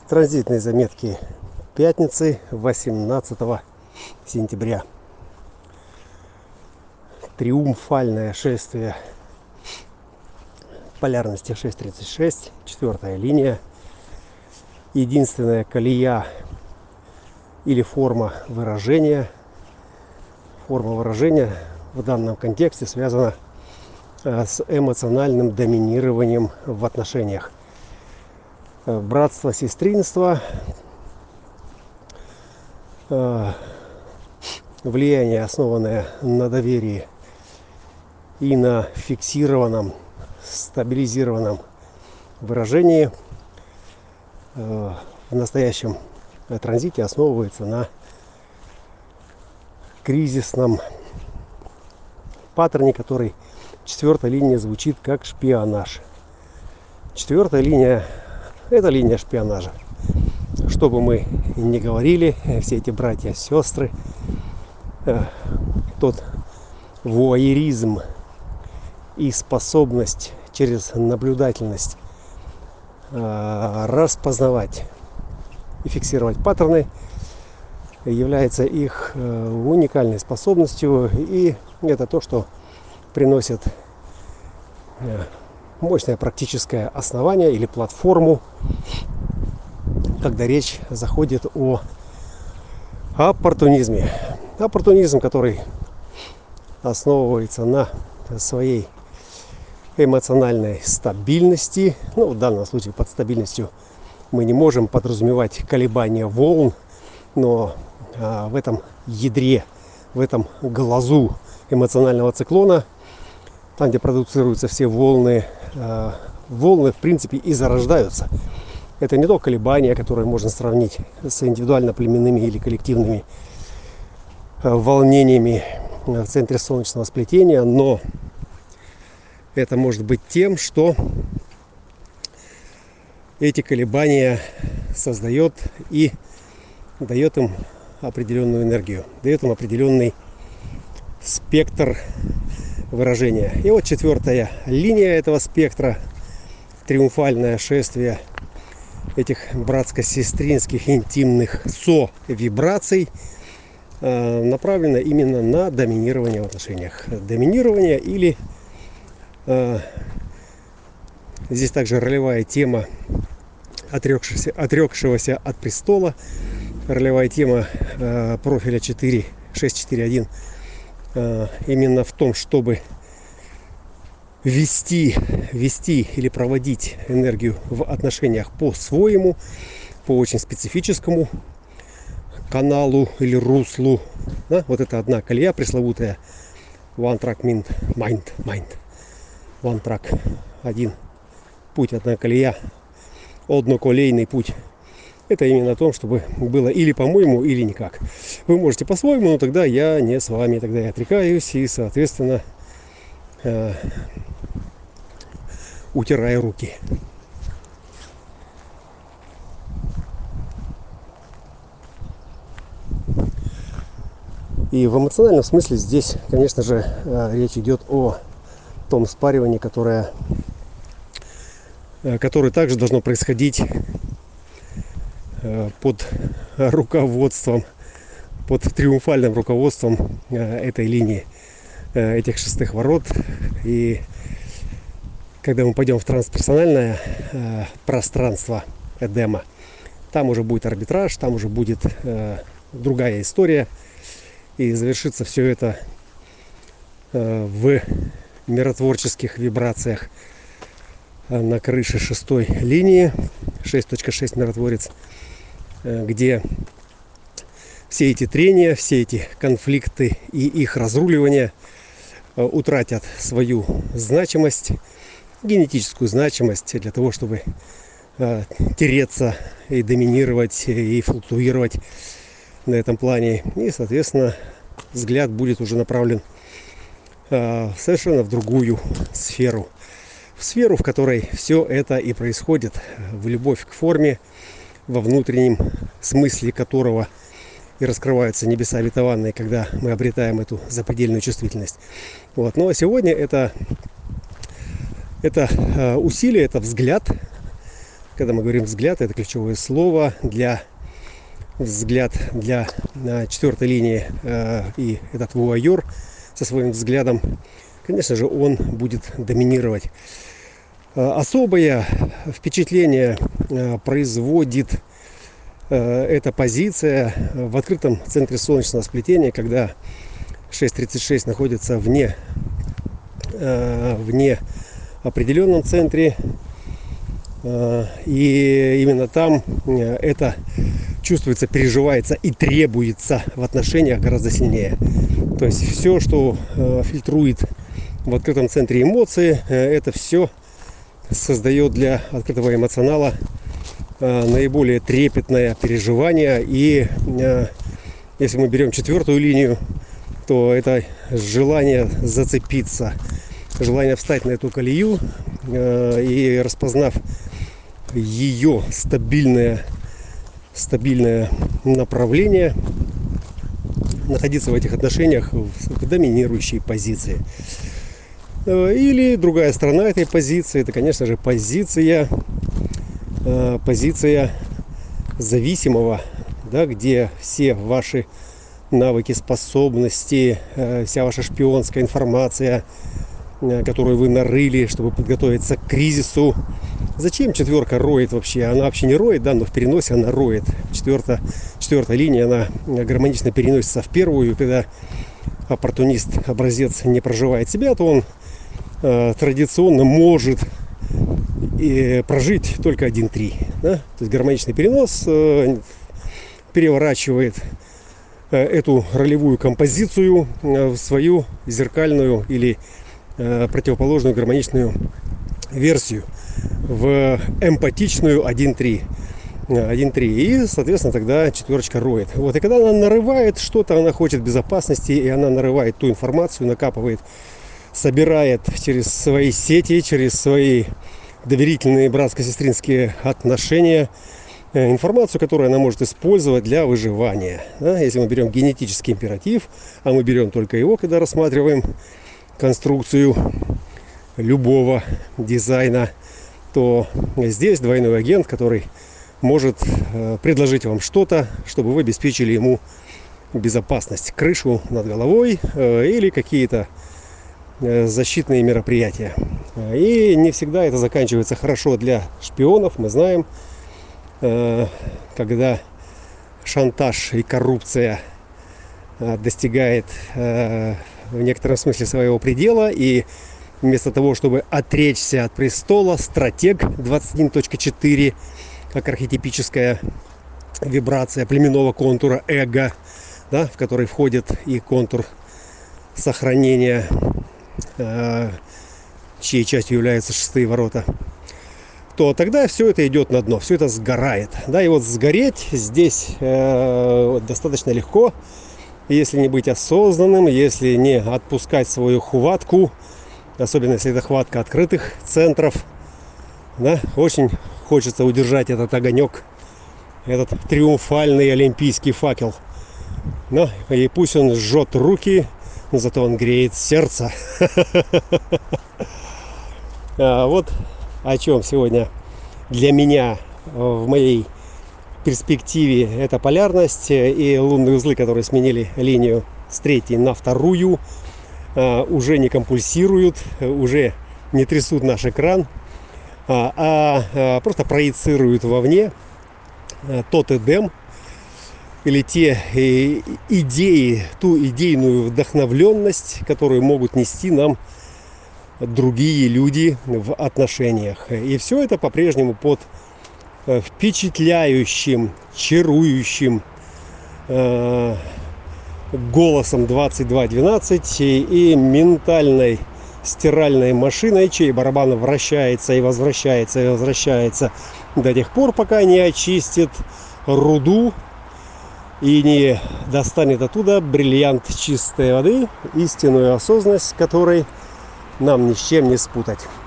Транзитные заметки пятницы 18 сентября. Триумфальное шествие полярности 6.36, 4-я линия. Единственная колея или форма выражения. Форма выражения в данном контексте связана с эмоциональным доминированием в отношениях. Братство, сестринство, влияние, основанное на доверии и на фиксированном, стабилизированном выражении, в настоящем транзите основывается на кризисном паттерне, который 4-я линия звучит как шпионаж. 4-я линия — это линия шпионажа. Что бы мы ни говорили, все эти братья, сестры, тот вуайеризм и способность через наблюдательность распознавать и фиксировать паттерны является их уникальной способностью, и это то, что приносит мощное практическое основание или платформу, когда речь заходит о оппортунизме. Оппортунизм, который основывается на своей эмоциональной стабильности. В данном случае под стабильностью мы не можем подразумевать колебания волн, но в этом ядре, в этом глазу эмоционального циклона, там, где продуцируются все волны, волны в принципе и зарождаются. Это не то колебания, которые можно сравнить с индивидуально-племенными или коллективными волнениями в центре солнечного сплетения, но это может быть тем, что эти колебания создает и дает им определенную энергию, дает им определенный спектр выражения. И вот 4-я линия этого спектра, триумфальное шествие этих братско-сестринских интимных со-вибраций, направлено именно на доминирование в отношениях. Доминирование или здесь также ролевая тема отрекшегося от престола, ролевая тема профиля 6.4.1 именно в том, чтобы вести или проводить энергию в отношениях по-своему, по очень специфическому каналу или руслу. Да? Вот это одна колея пресловутая. One track mind. One track. Один путь, одна колея. Одноколейный путь. Это именно о том, чтобы было или по-моему, или никак. Вы можете по-своему, но тогда я не с вами, тогда я отрекаюсь и, соответственно, утираю руки. И в эмоциональном смысле здесь, конечно же, речь идет о том спаривании, которое также должно происходить под руководством, под триумфальным руководством этой линии, этих шестых ворот. И когда мы пойдем в трансперсональное пространство Эдема, там уже будет арбитраж, там уже будет другая история. И завершится все это в миротворческих вибрациях на крыше 6-й линии, 6.6 миротворец, где все эти трения, все эти конфликты и их разруливание утратят свою значимость, генетическую значимость для того, чтобы тереться и доминировать и флуктуировать на этом плане. И, соответственно, взгляд будет уже направлен совершенно в другую сферу. В сферу, в которой все это и происходит, в любовь к форме, во внутреннем смысле которого и раскрываются небеса обетованные, когда мы обретаем эту запредельную чувствительность. Вот. Ну а сегодня это усилие, это взгляд Когда мы говорим взгляд, это ключевое слово для взгляд для 4-й линии. И этот вуайер со своим взглядом, конечно же, он будет доминировать. Особое впечатление производит эта позиция в открытом центре солнечного сплетения, когда 6.36 находится вне определенном центре, и именно там это чувствуется, переживается и требуется в отношениях гораздо сильнее. То есть все, что фильтрует в открытом центре эмоции, это все создает для открытого эмоционала наиболее трепетное переживание. И если мы берем 4-ю линию, то это желание зацепиться, желание встать на эту колею и, распознав ее стабильное направление, находиться в этих отношениях в доминирующей позиции. Или другая сторона этой позиции, это, конечно же, позиция зависимого, да, где все ваши навыки, способности, вся ваша шпионская информация, которую вы нарыли, чтобы подготовиться к кризису. Зачем 4-ка роет вообще? Она вообще не роет, да, но в переносе она роет. 4-я линия, она гармонично переносится в 1-ю. Когда оппортунист, образец не проживает себя, то он традиционно может прожить только 1-3. Да? То есть гармоничный перенос переворачивает эту ролевую композицию в свою зеркальную или противоположную гармоничную версию, в эмпатичную 1-3. И, соответственно, тогда 4-ка роет. Вот. И когда она нарывает что-то, она хочет безопасности, и она нарывает ту информацию, накапывает, собирает через свои сети, через свои доверительные братско-сестринские отношения информацию, которую она может использовать для выживания. Да? Если мы берем генетический императив, а мы берем только его, когда рассматриваем конструкцию любого дизайна, то здесь двойной агент, который может предложить вам что-то, чтобы вы обеспечили ему безопасность, крышу над головой или какие-то защитные мероприятия. И не всегда это заканчивается хорошо для шпионов. Мы знаем, когда шантаж и коррупция достигает в некотором смысле своего предела, и вместо того, чтобы отречься от престола, стратег 21.4, как архетипическая вибрация племенного контура эго, да, в который входит и контур сохранения, чьей частью являются 6-е ворота, то тогда все это идет на дно, все это сгорает. Да, и вот сгореть здесь достаточно легко, если не быть осознанным, если не отпускать свою хватку, особенно если это хватка открытых центров. Да, очень хочется удержать этот огонек, этот триумфальный олимпийский факел. Ну, и пусть он жжет руки, но зато он греет сердце. Вот о чем сегодня для меня в моей перспективе эта полярность и лунные узлы, которые сменили линию с 3-й на 2-ю, уже не компульсируют, уже не трясут наш экран, а просто проецируют вовне тот эдем или те идеи, ту идейную вдохновленность, которую могут нести нам другие люди в отношениях. И все это по-прежнему под впечатляющим, чарующим голосом 2212 и ментальной стиральной машиной, чей барабан вращается и возвращается до тех пор, пока не очистит руду и не достанет оттуда бриллиант чистой воды, истинную осознанность, которой нам ни с чем не спутать.